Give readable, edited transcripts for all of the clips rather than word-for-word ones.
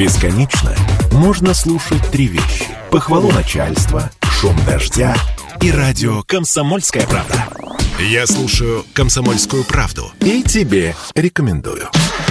Бесконечно можно слушать три вещи: похвалу начальства, шум дождя и радио «Комсомольская правда». Я слушаю «Комсомольскую правду» и тебе рекомендую.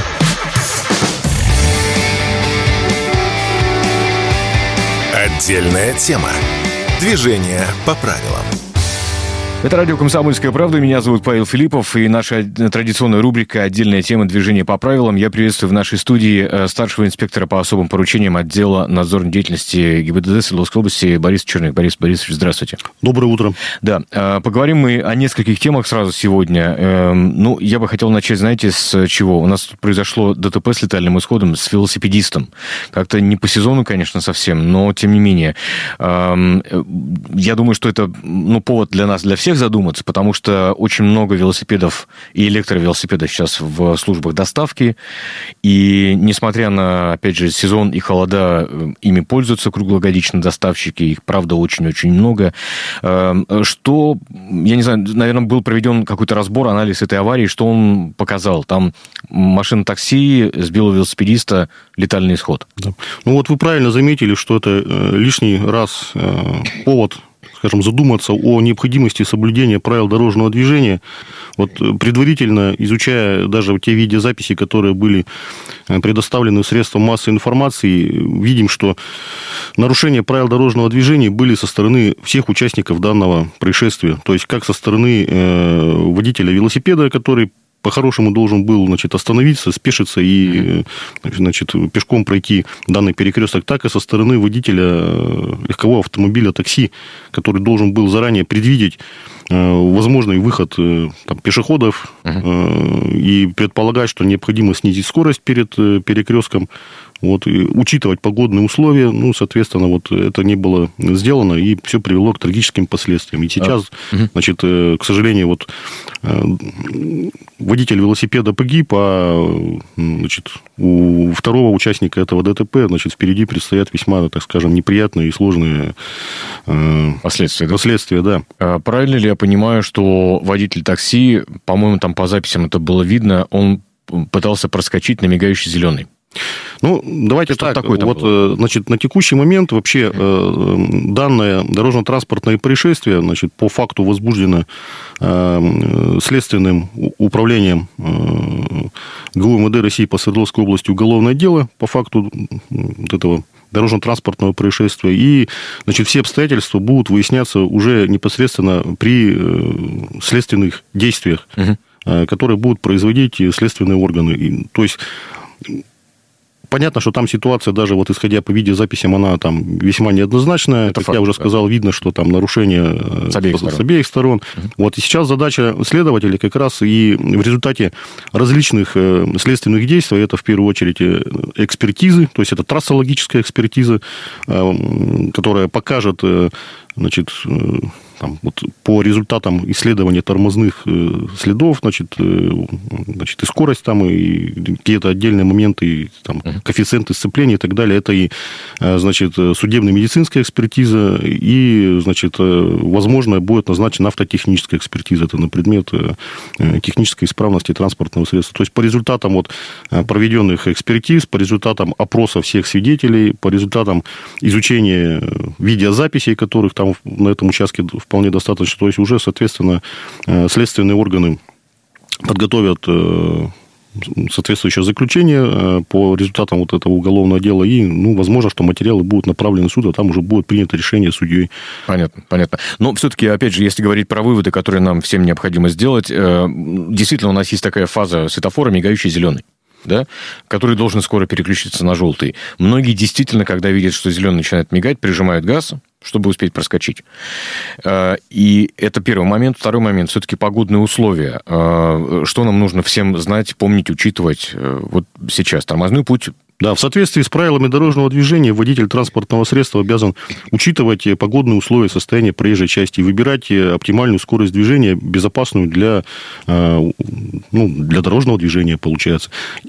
Отдельная тема. Движение по правилам. Это радио «Комсомольская правда». Меня зовут Павел Филиппов. И наша традиционная рубрика «Отдельная тема. Движение по правилам». Я приветствую в нашей студии старшего инспектора по особым поручениям отдела надзорной деятельности ГИБДД Свердловской области Борис Черных. Борис Борисович, здравствуйте. Доброе утро. Да, поговорим мы о нескольких темах сразу сегодня. Ну, я бы хотел начать, знаете, с чего? У нас тут произошло ДТП с летальным исходом с велосипедистом. Как-то не по сезону, конечно, совсем, но тем не менее. Я думаю, что это повод для нас, для всех задуматься, потому что очень много велосипедов и электровелосипедов сейчас в службах доставки, и несмотря на, опять же, сезон и холода, ими пользуются круглогодично доставщики, их, правда, очень-очень много. Что, я не знаю, наверное, был проведен какой-то разбор, анализ этой аварии, что он показал? Там машина такси сбила велосипедиста, летальный исход. Да. Ну вот вы правильно заметили, что это лишний раз повод, скажем, задуматься о необходимости соблюдения правил дорожного движения. Вот предварительно изучая даже те видеозаписи, которые были предоставлены средствам массовой информации, видим, что нарушения правил дорожного движения были со стороны всех участников данного происшествия. То есть, как со стороны водителя велосипеда, который по-хорошему должен был, остановиться, спешиться и, пешком пройти данный перекресток, так и со стороны водителя легкового автомобиля такси, который должен был заранее предвидеть возможный выход пешеходов и предполагать, что необходимо снизить скорость перед перекрестком. Вот, и учитывать погодные условия, соответственно, это не было сделано, и все привело к трагическим последствиям. И сейчас, к сожалению, водитель велосипеда погиб, а у второго участника этого ДТП, впереди предстоят весьма, так скажем, неприятные и сложные последствия, да. Правильно ли я понимаю, что водитель такси, по-моему, там по записям это было видно, он пытался проскочить на мигающий зеленый? Давайте что так. На текущий момент вообще данное дорожно-транспортное происшествие, по факту возбуждено следственным управлением ГУ МВД России по Свердловской области уголовное дело по факту этого дорожно-транспортного происшествия. И, все обстоятельства будут выясняться уже непосредственно при следственных действиях, которые будут производить следственные органы. То есть понятно, что там ситуация, даже исходя по видеозаписям, она там весьма неоднозначная. Это как факт, я уже сказал, видно, что там нарушения с обеих сторон. И сейчас задача следователей как раз и в результате различных следственных действий, это в первую очередь экспертизы, то есть это трассологическая экспертиза, которая покажет, по результатам исследования тормозных следов, и скорость там, и какие-то отдельные моменты, коэффициенты сцепления и так далее. Это и, судебно-медицинская экспертиза, и, возможно, будет назначена автотехническая экспертиза. Это на предмет технической исправности транспортного средства. То есть, по результатам проведенных экспертиз, по результатам опроса всех свидетелей, по результатам изучения видеозаписей, которых там на этом участке вполне достаточно. То есть, уже, соответственно, следственные органы подготовят соответствующее заключение по результатам этого уголовного дела. И, возможно, что материалы будут направлены в суд, а там уже будет принято решение судьей. Понятно. Но все-таки, опять же, если говорить про выводы, которые нам всем необходимо сделать, действительно, у нас есть такая фаза светофора, мигающий зеленый, да, который должен скоро переключиться на желтый. Многие действительно, когда видят, что зеленый начинает мигать, прижимают газ, чтобы успеть проскочить. И это первый момент. Второй момент, все-таки погодные условия. Что нам нужно всем знать, помнить, учитывать сейчас? Тормозной путь Да, в соответствии с правилами дорожного движения водитель транспортного средства обязан учитывать погодные условия, состояние проезжей части и выбирать оптимальную скорость движения, безопасную для дорожного движения, получается.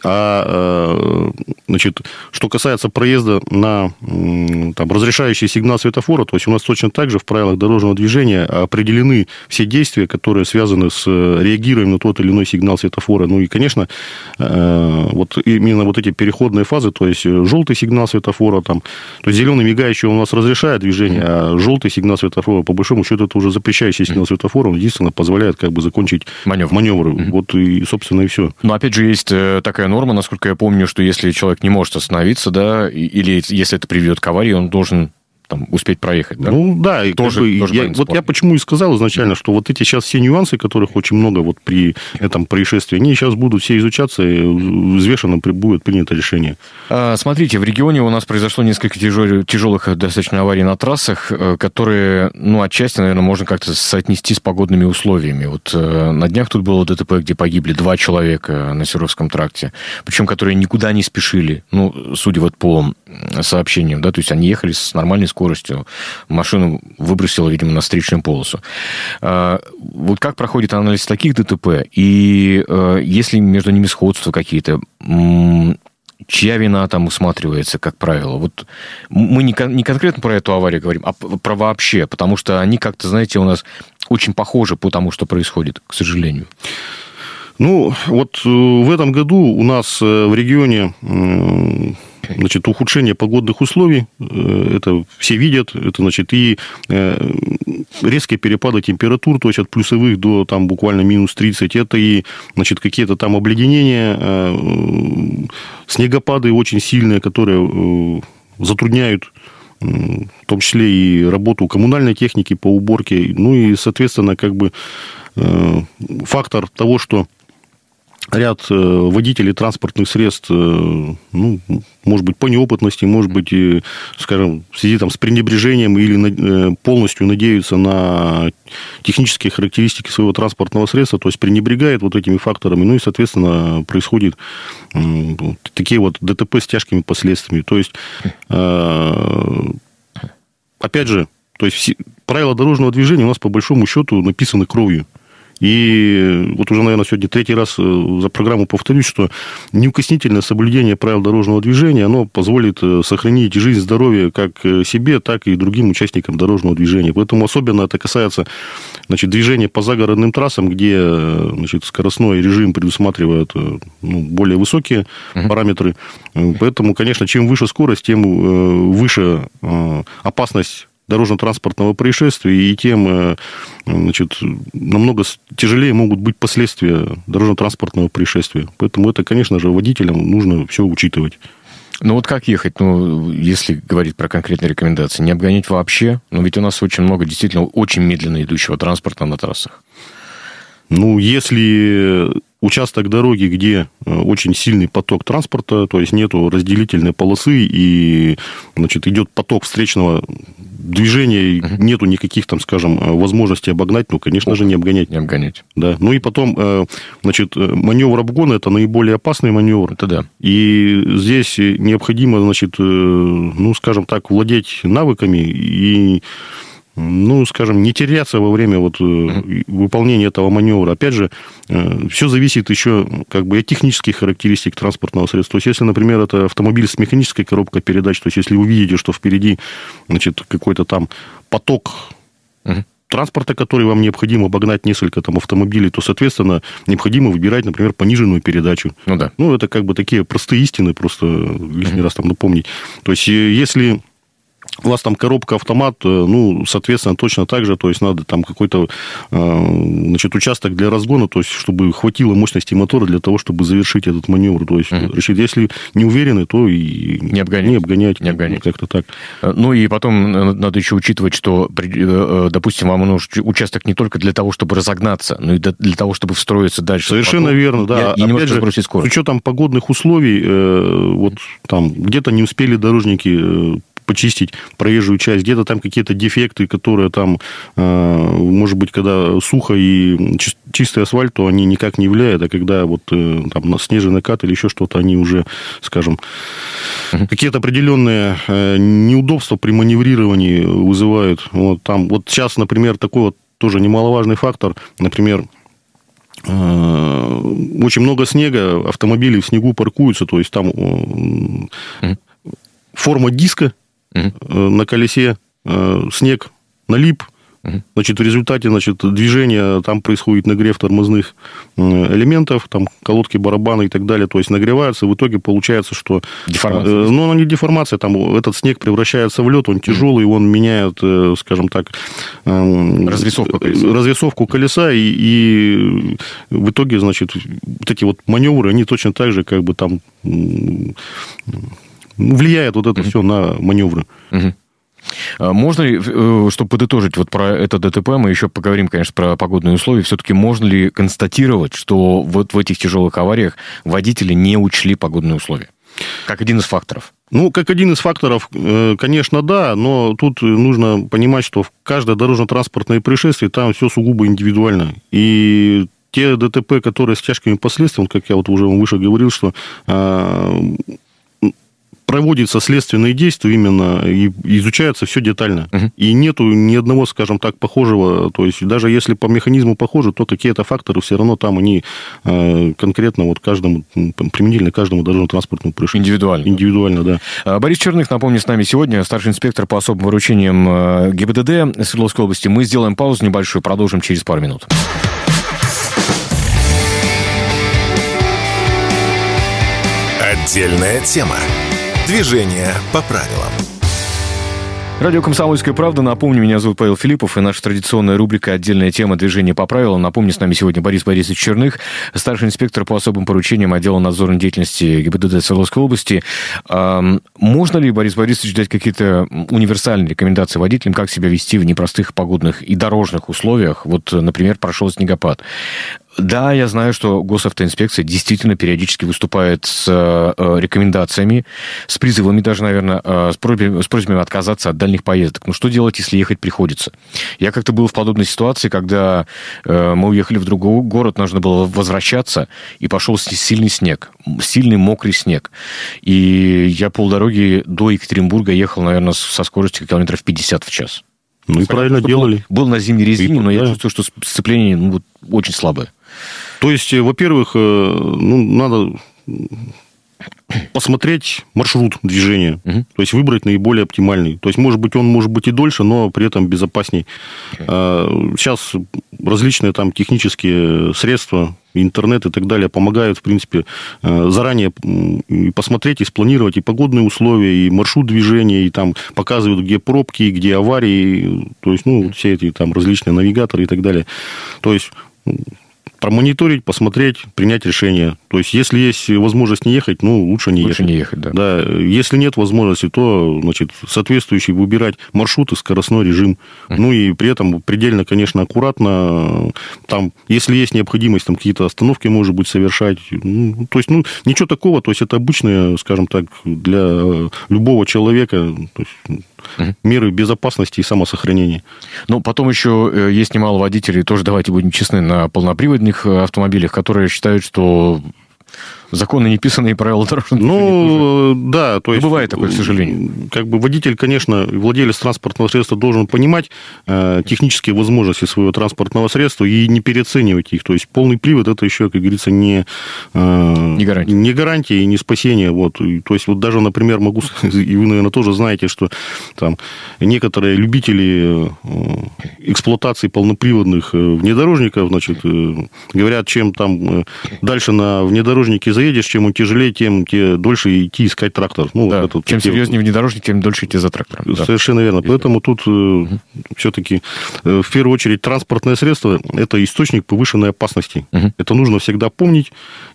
Значит, что касается проезда на разрешающий сигнал светофора, то есть у нас точно так же в правилах дорожного движения определены все действия, которые связаны с реагированием на тот или иной сигнал светофора. Ну и, конечно, именно эти переходные фазы, фазы, то есть желтый сигнал светофора, то есть зеленый мигающий у нас разрешает движение, а желтый сигнал светофора, по большому счету, это уже запрещающий сигнал светофора, он единственно позволяет закончить маневр. Вот и, собственно, и все. Но, опять же, есть такая норма, насколько я помню, что если человек не может остановиться, да, или если это приведет к аварии, он должен успеть проехать, да? Ну, да. Я почему и сказал изначально, что вот эти сейчас все нюансы, которых очень много при этом происшествии, они сейчас будут все изучаться, и взвешенно будет принято решение. Смотрите, в регионе у нас произошло несколько тяжелых достаточно аварий на трассах, которые, отчасти, наверное, можно как-то соотнести с погодными условиями. Вот на днях тут было ДТП, где погибли 2 человека на Серовском тракте, причем которые никуда не спешили, судя по сообщениям, да, то есть они ехали с нормальной скоростью, машину выбросило, видимо, на встречную полосу. Вот как проходит анализ таких ДТП? И есть ли между ними сходства какие-то? Чья вина там усматривается, как правило? Вот мы не конкретно про эту аварию говорим, а про вообще, потому что они как-то, знаете, у нас очень похожи по тому, что происходит, к сожалению. Вот в этом году у нас в регионе ухудшение погодных условий, это все видят, это и резкие перепады температур, то есть от плюсовых до буквально минус 30, это и какие-то обледенения, снегопады очень сильные, которые затрудняют в том числе и работу коммунальной техники по уборке, и, соответственно, фактор того, что ряд водителей транспортных средств, может быть, по неопытности, может быть, скажем, в связи с пренебрежением или полностью надеются на технические характеристики своего транспортного средства, то есть пренебрегает этими факторами, и, соответственно, происходят такие ДТП с тяжкими последствиями. То есть, опять же, правила дорожного движения у нас, по большому счету, написаны кровью. И уже, наверное, сегодня 3-й раз за программу повторюсь, что неукоснительное соблюдение правил дорожного движения, оно позволит сохранить жизнь, здоровье как себе, так и другим участникам дорожного движения. Поэтому особенно это касается движения по загородным трассам, где скоростной режим предусматривает более высокие параметры. Поэтому, конечно, чем выше скорость, тем выше опасность дорожно-транспортного происшествия, и тем намного тяжелее могут быть последствия дорожно-транспортного происшествия. Поэтому это, конечно же, водителям нужно все учитывать. Как ехать? Если говорить про конкретные рекомендации, не обгонять вообще? Ведь у нас очень много действительно очень медленно идущего транспорта на трассах. Если участок дороги, где очень сильный поток транспорта, то есть нету разделительной полосы и идет поток встречного движения, нету никаких возможностей обогнать, конечно же, не обгонять. Не обгонять. Да. И потом, маневр обгона – это наиболее опасный маневр. Это да. И здесь необходимо, скажем так, владеть навыками и не теряться во время выполнения этого маневра. Опять же, все зависит еще от технических характеристик транспортного средства. То есть, если, например, это автомобиль с механической коробкой передач, то есть, если вы видите, что впереди какой-то поток транспорта, который вам необходимо обогнать несколько автомобилей, то, соответственно, необходимо выбирать, например, пониженную передачу. Да. Это такие простые истины, просто лишний раз напомнить. То есть, если у вас коробка автомат, соответственно, точно так же, то есть надо какой-то, участок для разгона, то есть чтобы хватило мощности мотора для того, чтобы завершить этот маневр. То есть, если не уверены, то и не обгонять. Как-то так. И потом надо еще учитывать, что, допустим, вам нужен участок не только для того, чтобы разогнаться, но и для того, чтобы встроиться дальше. Совершенно верно, да. И немножко сбросить скорость. С учетом погодных условий, где-то не успели дорожники почистить проезжую часть, где-то какие-то дефекты, которые может быть, когда сухо и чистый асфальт, то они никак не влияют, а когда снежный накат или еще что-то, они уже, скажем, какие-то определенные неудобства при маневрировании вызывают. Сейчас, например, такой тоже немаловажный фактор, например, очень много снега, автомобили в снегу паркуются, то есть там форма диска на колесе, снег налип, Значит, в результате, движения, там происходит нагрев тормозных элементов, там колодки, барабаны и так далее, то есть нагреваются, в итоге получается, что... Деформация. Ну, не деформация, там этот снег превращается в лед, он тяжелый, он меняет, скажем так... Развесовку колеса, и в итоге, значит, вот эти вот маневры, они точно так же, как бы там... влияет вот это все на маневры. Можно ли, чтобы подытожить вот про это ДТП, мы еще поговорим, конечно, про погодные условия, все-таки можно ли констатировать, что вот в этих тяжелых авариях водители не учли погодные условия? Как один из факторов. Ну, как один из факторов, конечно, да, но тут нужно понимать, что в каждое дорожно-транспортное происшествие там все сугубо индивидуально. И те ДТП, которые с тяжкими последствиями, как я вот уже выше говорил, что проводятся следственные действия именно, и изучается все детально. И нету ни одного, скажем так, похожего, то есть даже если по механизму похожи, то какие-то факторы все равно там они конкретно вот каждому, применительно каждому дорожно-транспортному происшествию. Индивидуально. Индивидуально, да. Борис Черных, напомню, с нами сегодня, старший инспектор по особым выручениям ГИБДД Свердловской области. Мы сделаем паузу небольшую, продолжим через пару минут. Отдельная тема. Движение по правилам. Радио «Комсомольская правда». Напомню, меня зовут Павел Филиппов, и наша традиционная рубрика «Отдельная тема. Движение по правилам». Напомню, с нами сегодня Борис Борисович Черных, старший инспектор по особым поручениям отдела надзорной деятельности ГИБДД Свердловской области. Можно ли, Борис Борисович, дать какие-то универсальные рекомендации водителям, как себя вести в непростых погодных и дорожных условиях? Вот, например, прошел снегопад. Да, я знаю, что госавтоинспекция действительно периодически выступает с рекомендациями, с призывами даже, наверное, с просьбами отказаться от дальних поездок. Ну, что делать, если ехать приходится? Я как-то был в подобной ситуации, когда мы уехали в другой город, нужно было возвращаться, и пошел сильный снег, сильный мокрый снег. И я полдороги до Екатеринбурга ехал, наверное, со скоростью километров 50 в час. Ну, и правильно делали. Был на зимней резине, но я чувствую, что сцепление очень слабое. То есть, во-первых, надо посмотреть маршрут движения, то есть выбрать наиболее оптимальный. То есть, может быть и дольше, но при этом безопасней. Сейчас различные там технические средства, интернет и так далее помогают, в принципе, заранее посмотреть и спланировать и погодные условия, и маршрут движения, и там показывают, где пробки, где аварии, то есть, все эти там различные навигаторы и так далее. То есть, промониторить, посмотреть, принять решение. То есть, если есть возможность не ехать, лучше не ехать. Лучше не ехать, да. Да. Если нет возможности, то, соответствующий выбирать маршрут и скоростной режим. И при этом предельно, конечно, аккуратно. Там, если есть необходимость, там какие-то остановки, может быть, совершать. То есть, ничего такого. То есть, это обычное, скажем так, для любого человека, то есть, меры безопасности и самосохранения. Но потом еще есть немало водителей, тоже, давайте будем честны, на полноприводных автомобилях, которые считают, что законы неписанные, правила дорожного движения. Да, то есть... Бывает такое, к сожалению. Как бы водитель, конечно, владелец транспортного средства должен понимать технические возможности своего транспортного средства и не переоценивать их. То есть, полный привод – это еще, как говорится, не гарантия и не спасение. Вот. То есть, даже, например, могу... И вы, наверное, тоже знаете, что там некоторые любители эксплуатации полноприводных внедорожников, говорят, чем там дальше на внедорожнике заедешь, чем он тяжелее, тем тебе дольше идти искать трактор. Чем серьезнее внедорожник, тем дольше идти за трактором. Совершенно верно. Поэтому тут все-таки в первую очередь транспортное средство – это источник повышенной опасности. Это нужно всегда помнить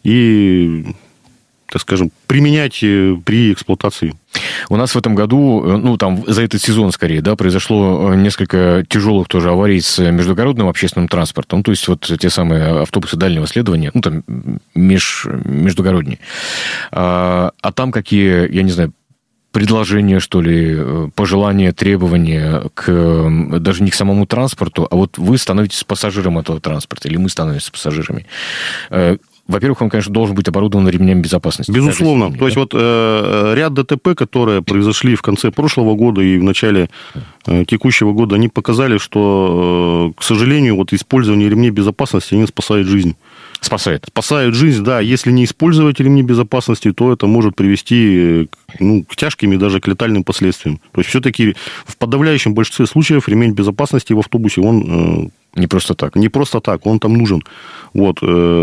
и, так скажем, применять при эксплуатации. У нас в этом году, за этот сезон скорее, произошло несколько тяжелых тоже аварий с междугородным общественным транспортом, то есть, вот те самые автобусы дальнего следования, междугородние. А там какие, я не знаю, предложения, что ли, пожелания, требования даже не к самому транспорту, а вот вы становитесь пассажиром этого транспорта, или мы становимся пассажирами. Во-первых, он, конечно, должен быть оборудован ремнями безопасности. Безусловно. То есть, ряд ДТП, которые произошли в конце прошлого года и в начале текущего года, они показали, что, к сожалению, вот использование ремней безопасности не спасает жизнь. Спасают жизнь, да. Если не использовать ремни безопасности, то это может привести к тяжким и даже к летальным последствиям. То есть, все-таки в подавляющем большинстве случаев ремень безопасности в автобусе, он... Не просто так. Не просто так, он там нужен. Вот.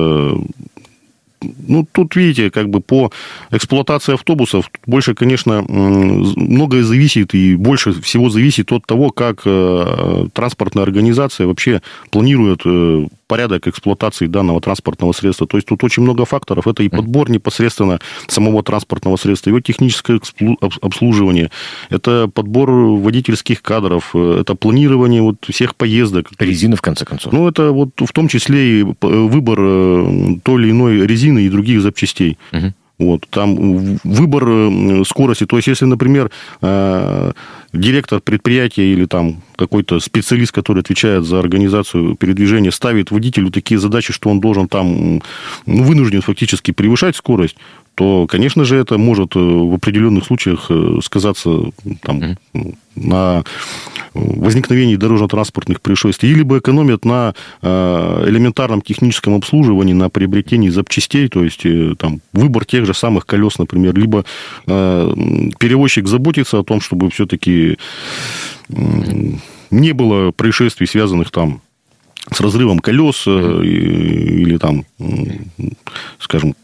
Тут, видите, по эксплуатации автобусов больше, конечно, многое зависит и больше всего зависит от того, как транспортная организация вообще планирует порядок эксплуатации данного транспортного средства. То есть, тут очень много факторов. Это и подбор непосредственно самого транспортного средства, его техническое обслуживание, это подбор водительских кадров, это планирование всех поездок. Резина, в конце концов. Это в том числе и выбор той или иной резины и других запчастей. Там выбор скорости. То есть, если, например, директор предприятия или там какой-то специалист, который отвечает за организацию передвижения, ставит водителю такие задачи, что он должен там вынужден фактически превышать скорость, то, конечно же, это может в определенных случаях сказаться на возникновении дорожно-транспортных происшествий. Либо экономят на элементарном техническом обслуживании, на приобретении запчастей, то есть там выбор тех же самых колес, например, либо перевозчик заботится о том, чтобы все-таки не было происшествий, связанных там с разрывом колес или там, скажем,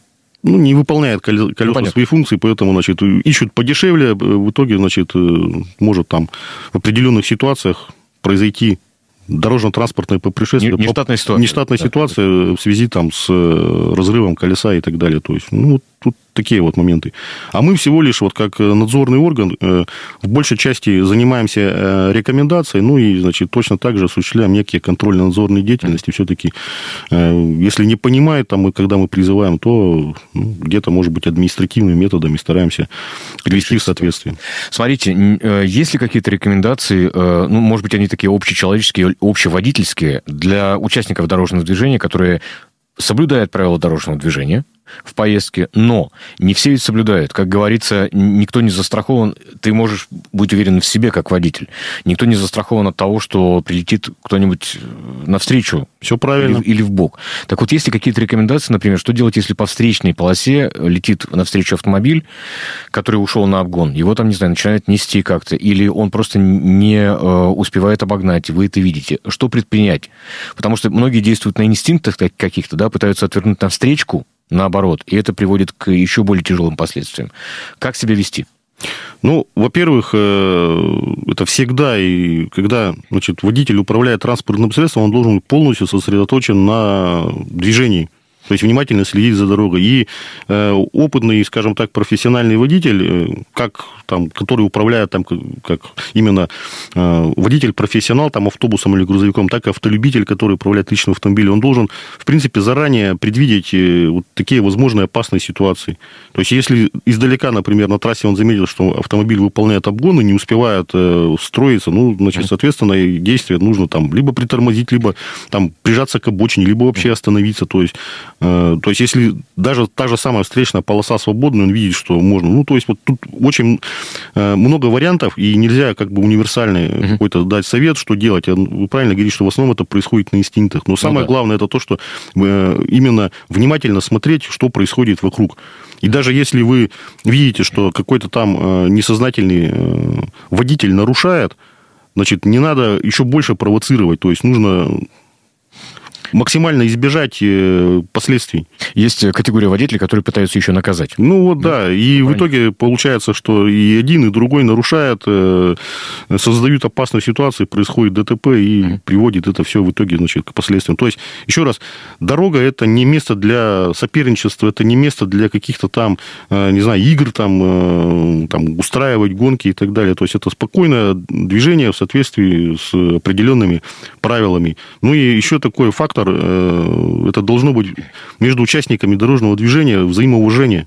не выполняет колеса свои функции, поэтому, ищут подешевле, в итоге, может там в определенных ситуациях произойти дорожно-транспортное происшествие. Нештатная ситуация в связи там с разрывом колеса и так далее. То есть, тут такие моменты. А мы всего лишь, как надзорный орган, в большей части занимаемся рекомендацией, и, точно так же осуществляем некие контрольно-надзорные деятельности. Все-таки, если не понимает, когда мы призываем, то где-то, может быть, административными методами стараемся привести в соответствие. Смотрите, есть ли какие-то рекомендации, может быть, они такие общечеловеческие, общеводительские, для участников дорожного движения, которые соблюдают правила дорожного движения в поездке, но не все ведь соблюдают. Как говорится, никто не застрахован, ты можешь быть уверен в себе, как водитель. Никто не застрахован от того, что прилетит кто-нибудь навстречу. Все правильно. Или в бок. Так вот, есть ли какие-то рекомендации, например, что делать, если по встречной полосе летит навстречу автомобиль, который ушел на обгон, его там, начинает нести как-то, или он просто не успевает обогнать, вы это видите. Что предпринять? Потому что многие действуют на инстинктах каких-то, пытаются отвернуть навстречку, наоборот, и это приводит к еще более тяжелым последствиям. Как себя вести? Во-первых, это всегда, и когда водитель управляет транспортным средством, он должен быть полностью сосредоточен на движении. То есть, внимательно следить за дорогой. И опытный, скажем так, профессиональный водитель, который управляет как именно водитель-профессионал автобусом или грузовиком, так и автолюбитель, который управляет личным автомобилем, он должен, в принципе, заранее предвидеть такие возможные опасные ситуации. То есть, если издалека, например, на трассе он заметил, что автомобиль выполняет обгон и не успевает строиться, соответственно, действие нужно либо притормозить, либо прижаться к обочине, либо вообще остановиться. То есть, если даже та же самая встречная полоса свободная, он видит, что можно. Тут очень много вариантов, и нельзя универсальный какой-то дать совет, что делать. Вы правильно говорите, что в основном это происходит на инстинктах. Но самое главное, это то, что именно внимательно смотреть, что происходит вокруг. И даже если вы видите, что какой-то там несознательный водитель нарушает, не надо еще больше провоцировать. То есть, нужно максимально избежать последствий. Есть категория водителей, которые пытаются еще наказать. Да. И в итоге получается, что и один, и другой нарушают, создают опасную ситуацию, происходит ДТП, и приводит это все в итоге, к последствиям. То есть, еще раз, дорога – это не место для соперничества, это не место для каких-то игр, устраивать гонки и так далее. То есть, это спокойное движение в соответствии с определенными правилами. И еще такой фактор, это должно быть между участниками дорожного движения взаимоуважение.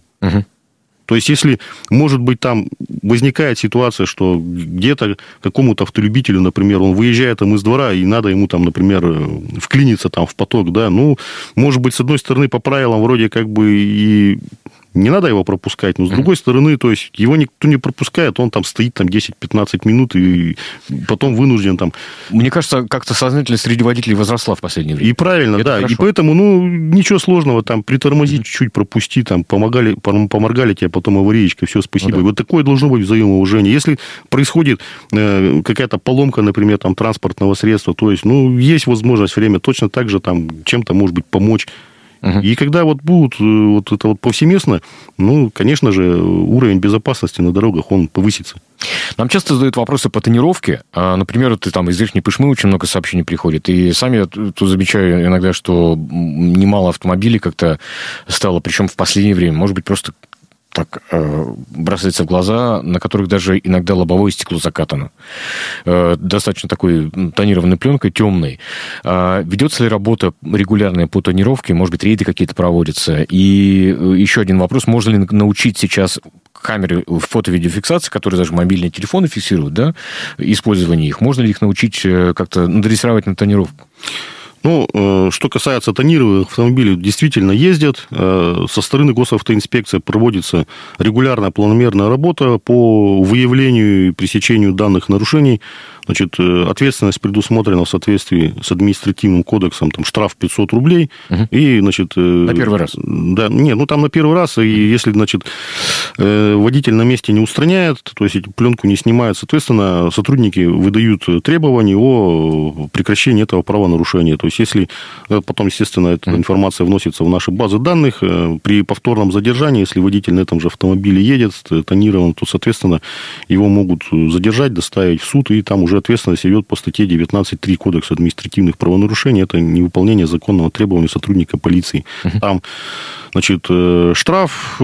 То есть, если, может быть, там возникает ситуация, что где-то какому-то автолюбителю, например, он выезжает из двора, и надо ему, например, вклиниться в поток, может быть, с одной стороны, по правилам вроде и не надо его пропускать. Но, с другой стороны, то есть, его никто не пропускает, он там стоит там 10-15 минут, и потом вынужден там... Мне кажется, как-то сознательность среди водителей возросла в последнее время. И правильно, это да. Хорошо. И поэтому, ничего сложного, там, притормози, чуть-чуть пропусти, там, поморгали тебе, потом авариечка, все, спасибо. Вот такое должно быть взаимоуважение. Если происходит какая-то поломка, например, там, транспортного средства, то есть, есть возможность время точно так же там чем-то, может быть, помочь. И когда будут это повсеместно, конечно же, уровень безопасности на дорогах, он повысится. Нам часто задают вопросы по тонировке. Например, там из Верхней Пышмы очень много сообщений приходит. И сами я тут замечаю иногда, что немало автомобилей как-то стало, причем в последнее время, может быть, просто так бросается в глаза, на которых даже иногда лобовое стекло закатано. Достаточно такой тонированной пленкой, темной. Ведется ли работа регулярная по тонировке? Может быть, рейды какие-то проводятся? И еще один вопрос. Можно ли научить сейчас камеры фото-видеофиксации, которые даже мобильные телефоны фиксируют, да, использование их? Можно ли их научить как-то дрессировать на тонировку? Что касается тонированных автомобилей, действительно ездят. Со стороны госавтоинспекции проводится регулярная планомерная работа по выявлению и пресечению данных нарушений. Значит, ответственность предусмотрена в соответствии с административным кодексом, там, штраф 500 рублей. И, значит... На первый раз? Да, нет, там на первый раз, и если, значит, водитель на месте не устраняет, то есть пленку не снимает, соответственно, сотрудники выдают требования о прекращении этого правонарушения. То есть, если потом, естественно, эта информация вносится в наши базы данных, при повторном задержании, если водитель на этом же автомобиле едет, тонирован, то, соответственно, его могут задержать, доставить в суд, и там уже ответственность идет по статье 19.3 Кодекса административных правонарушений. Это невыполнение законного требования сотрудника полиции. Там, значит, штраф...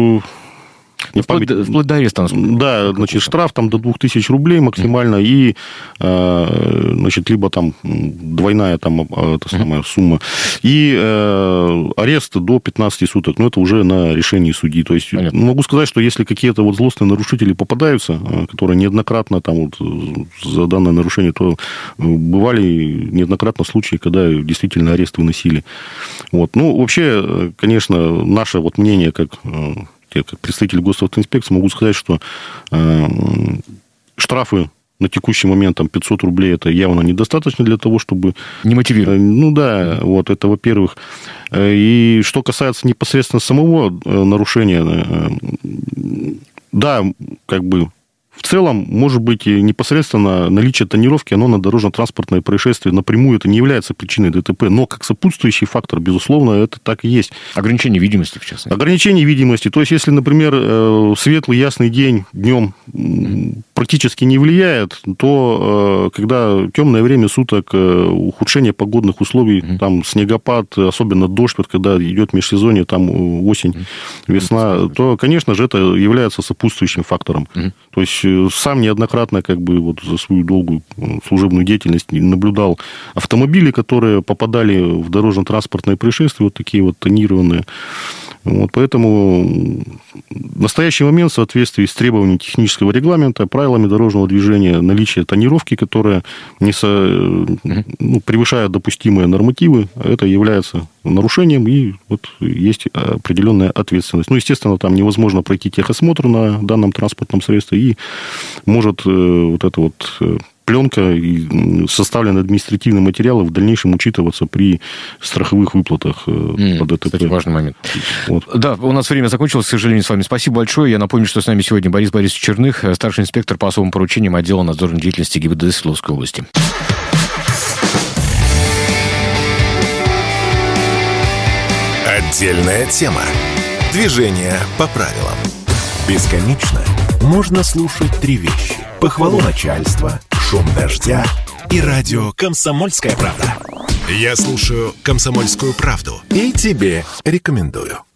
Вплоть до ареста. Да, значит, штраф там до 2000 рублей максимально, и, значит, либо там двойная там, самая сумма, и арест до 15 суток, но это уже на решении судьи. То есть, могу сказать, что если какие-то злостные нарушители попадаются, которые неоднократно там за данное нарушение, то бывали неоднократно случаи, когда действительно арест выносили. Вообще, конечно, наше мнение, как представитель госавтоинспекции, могу сказать, что штрафы на текущий момент 500 рублей это явно недостаточно для того, чтобы... Не мотивировать. Это во-первых. И что касается непосредственно самого нарушения, да, в целом, может быть, непосредственно наличие тонировки, оно на дорожно-транспортное происшествие напрямую это не является причиной ДТП, но как сопутствующий фактор, безусловно, это так и есть. Ограничение видимости, в частности. Ограничение видимости. То есть, если, например, светлый, ясный день днем практически не влияет, то когда темное время суток, ухудшение погодных условий, там снегопад, особенно дождь, когда идет межсезонье, там осень, весна, то, конечно же, это является сопутствующим фактором. То есть, сам неоднократно за свою долгую служебную деятельность наблюдал автомобили, которые попадали в дорожно-транспортные происшествия, такие тонированные. Поэтому в настоящий момент в соответствии с требованиями технического регламента, правилами дорожного движения, наличие тонировки, которая превышает допустимые нормативы, это является нарушением, и есть определенная ответственность. Естественно, там невозможно пройти техосмотр на данном транспортном средстве, и может пленка и составленные административные материалы в дальнейшем учитываться при страховых выплатах по ДТП. Кстати, важный момент. Да, у нас время закончилось, к сожалению, с вами. Спасибо большое. Я напомню, что с нами сегодня Борис Борисович Черных, старший инспектор по особым поручениям отдела надзорной деятельности ГИБДД Свердловской области. Отдельная тема. Движение по правилам. Бесконечно можно слушать три вещи. Похвалу начальства, шум дождя и радио «Комсомольская правда». Я слушаю «Комсомольскую правду» и тебе рекомендую.